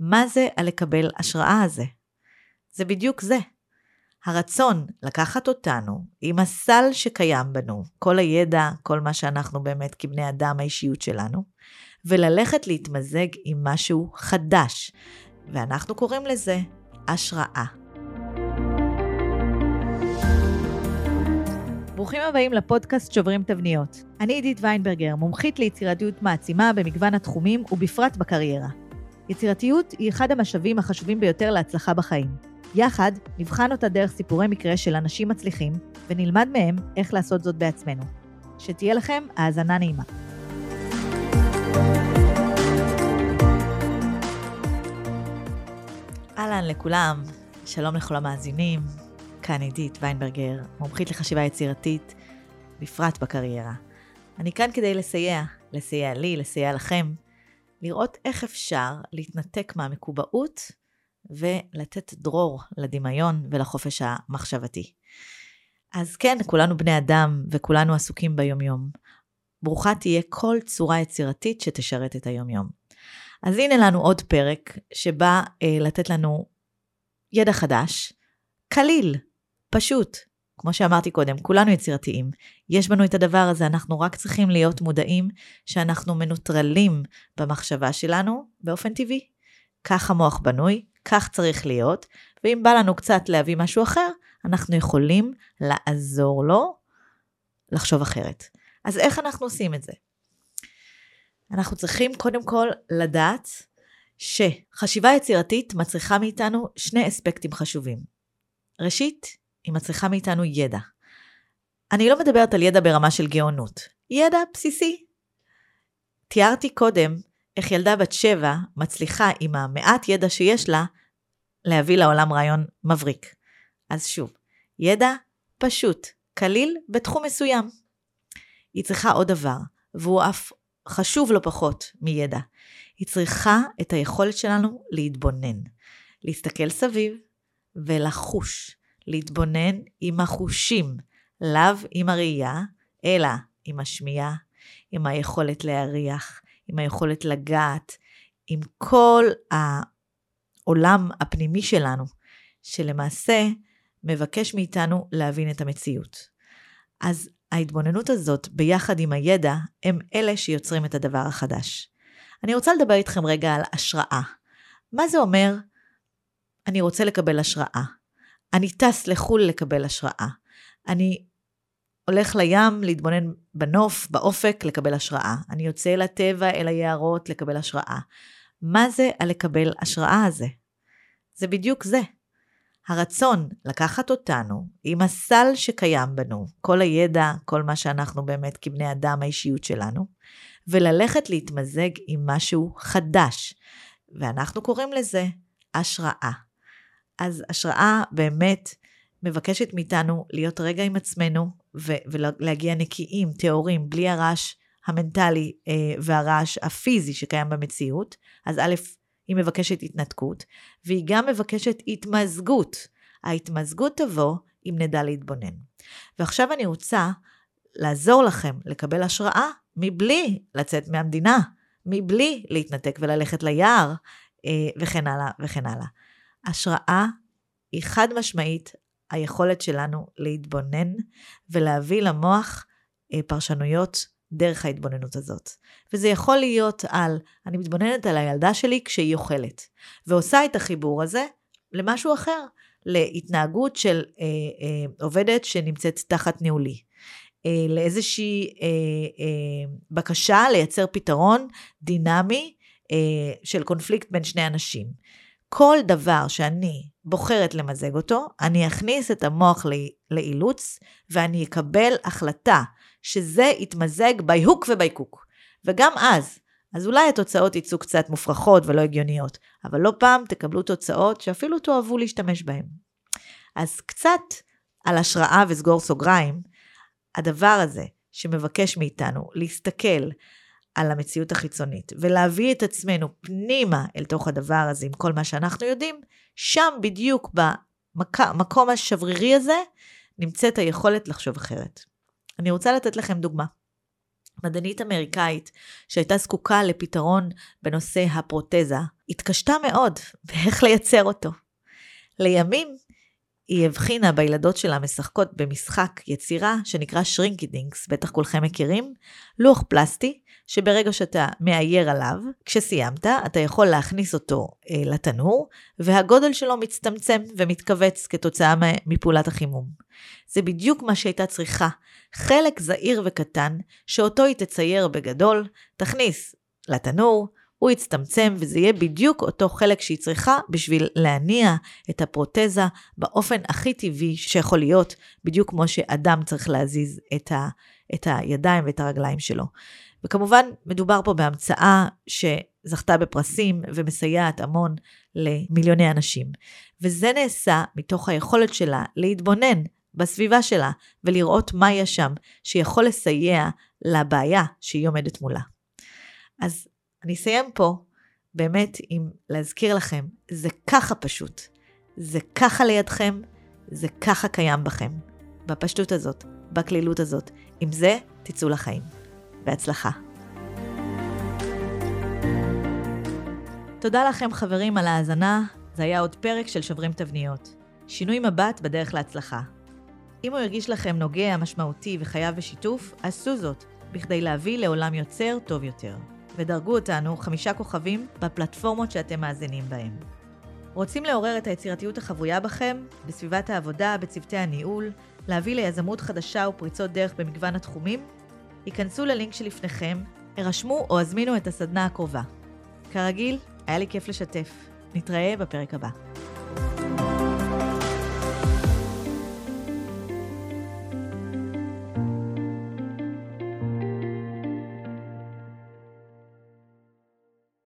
מה זה לקבל השראה הזה? זה בדיוק זה. הרצון לקחת אותנו עם הסל שקיים בנו, כל הידע, כל מה שאנחנו באמת כבני אדם, האישיות שלנו, וללכת להתמזג עם משהו חדש. ואנחנו קוראים לזה השראה. ברוכים הבאים לפודקאסט שוברים תבניות. אני עידית ויינברגר, מומחית ליצירתיות מעצימה במגוון התחומים ובפרט בקריירה. יצירתיות היא אחד המשאבים החשובים ביותר להצלחה בחיים. יחד נבחן אותה דרך סיפורי מקרה של אנשים מצליחים ונלמד מהם איך לעשות זאת בעצמנו. שתהיה לכם האזנה נעימה. אהלן לכולם, שלום לכל המאזינים. כאן עידית ויינברגר, מומחית לחשיבה יצירתית, בפרט בקריירה. אני כאן כדי לסייע לי, לסייע לכם, לראות איך אפשר להתנתק מהמקובעות ולתת דרור לדמיון ולחופש המחשבתי. אז כן, כולנו בני אדם וכולנו עסוקים ביומיום. ברוכה תהיה כל צורה יצירתית שתשרת את היומיום. אז הנה לנו עוד פרק שבא לתת לנו ידע חדש, קליל, פשוט. כמו שאמרתי קודם, כולנו יצירתיים. יש בנו את הדבר הזה, אנחנו רק צריכים להיות מודעים שאנחנו מנוטרלים במחשבה שלנו באופן טבעי. כך המוח בנוי, כך צריך להיות, ואם בא לנו קצת להביא משהו אחר, אנחנו יכולים לעזור לו לחשוב אחרת. אז איך אנחנו עושים את זה? אנחנו צריכים קודם כל לדעת שחשיבה יצירתית מצריכה מאיתנו שני אספקטים חשובים. ראשית, היא מצריכה מאיתנו ידע. אני לא מדברת על ידע ברמה של גאונות, ידע בסיסי. תיארתי קודם איך ילדה בת 7 מצליחה עם המעט ידע שיש לה להביא לעולם רעיון מבריק. אז שוב, ידע פשוט, קליל בתחום מסוים. היא צריכה עוד דבר, והוא אף חשוב לא פחות מידע. היא צריכה את היכולת שלנו להתבונן, להסתכל סביב ולחוש, להתבונן עם החושים, לאו עם הראייה, אלא עם השמיעה, עם היכולת להריח, עם היכולת לגעת, עם כל העולם הפנימי שלנו, שלמעשה מבקש מאיתנו להבין את המציאות. אז ההתבוננות הזאת ביחד עם הידע, הם אלה שיוצרים את הדבר החדש. אני רוצה לדבר איתכם רגע על השראה. מה זה אומר? אני רוצה לקבל השראה. אני טס לחול לקבל השראה. אני הולך לים להתבונן בנוף, באופק, לקבל השראה. אני יוצא אל הטבע, אל היערות, לקבל השראה. מה זה לקבל השראה הזה? זה בדיוק זה. הרצון לקחת אותנו עם הסל שקיים בנו, כל הידע, כל מה שאנחנו באמת כבני אדם, האישיות שלנו, וללכת להתמזג עם משהו חדש. ואנחנו קוראים לזה השראה. אז השראה באמת מבקשת מאיתנו להיות רגע עם עצמנו, ולהגיע נקיים, תיאורים, בלי הרעש המנטלי והרעש הפיזי שקיים במציאות. אז א', היא מבקשת התנתקות, והיא גם מבקשת התמזגות. ההתמזגות תבוא אם נדע להתבונן. ועכשיו אני רוצה לעזור לכם לקבל השראה, מבלי לצאת מהמדינה, מבלי להתנתק וללכת ליער, וכן הלאה וכן הלאה. השראה היא חד משמעית היכולת שלנו להתבונן ולהביא למוח פרשנויות דרך ההתבוננות הזאת. וזה יכול להיות אני מתבוננת על הילדה שלי כשהיא אוכלת, ועושה את החיבור הזה למשהו אחר, להתנהגות של עובדת שנמצאת תחת ניהולי, לאיזושהי בקשה לייצר פתרון דינמי של קונפליקט בין שני אנשים. כל דבר שאני בוחרת למזג אותו, אני אכניס את המוח לאילוץ, ואני אקבל החלטה שזה יתמזג בהוק וביקוק. וגם אז אולי התוצאות יצאו קצת מופרכות ולא הגיוניות, אבל לא פעם תקבלו תוצאות שאפילו תאהבו להשתמש בהן. אז קצת על השראה וסגור סוגריים, הדבר הזה שמבקש מאיתנו להסתכל על המציאות החיצונית, ולהביא את עצמנו פנימה אל תוך הדבר הזה, עם כל מה שאנחנו יודעים, שם בדיוק במקום השברירי הזה, נמצאת היכולת לחשוב אחרת. אני רוצה לתת לכם דוגמה. מדענית אמריקאית שהייתה זקוקה לפתרון בנושא הפרוטזה, התקשתה מאוד באיך לייצר אותו. לימים היא הבחינה בילדות שלה משחקות במשחק יצירה שנקרא שרינקידינגס, בטח כולכם מכירים, לוח פלסטי שברגע שאתה מאייר עליו, כשסיימת אתה יכול להכניס אותו לתנור, והגודל שלו מצטמצם ומתכווץ כתוצאה מפעולת החימום. זה בדיוק מה שהייתה צריכה, חלק זעיר וקטן שאותו היא תצייר בגדול, תכניס לתנור, הוא יצטמצם וזה יהיה בדיוק אותו חלק שהיא צריכה בשביל להניע את הפרוטזה באופן הכי טבעי שיכול להיות, בדיוק כמו שאדם צריך להזיז את הידיים ואת הרגליים שלו. וכמובן מדובר פה בהמצאה שזכתה בפרסים ומסייעת המון למיליוני אנשים. וזה נעשה מתוך היכולת שלה להתבונן בסביבה שלה ולראות מה יש שם שיכול לסייע לבעיה שהיא עומדת מולה. אז אני אסיים פה באמת עם להזכיר לכם, זה ככה פשוט, זה ככה לידכם, זה ככה קיים בכם, בפשטות הזאת, בכלילות הזאת, עם זה תצאו לחיים. בהצלחה. תודה לכם חברים על ההאזנה, זה היה עוד פרק של שוברים תבניות. שינוי מבט בדרך להצלחה. אם הוא הרגיש לכם נוגע, משמעותי וחייב בשיתוף, עשו זאת, בכדי להביא לעולם יוצר טוב יותר. ודרגו אותנו 5 כוכבים בפלטפורמות שאתם מאזינים בהם. רוצים לעורר את היצירתיות החבויה בכם, בסביבת העבודה, בצוותי הניהול, להביא ליזמות חדשה ופריצות דרך במגוון התחומים? היכנסו ללינק שלפניכם, הרשמו או הזמינו את הסדנה הקרובה. כרגיל, היה לי כיף לשתף. נתראה בפרק הבא.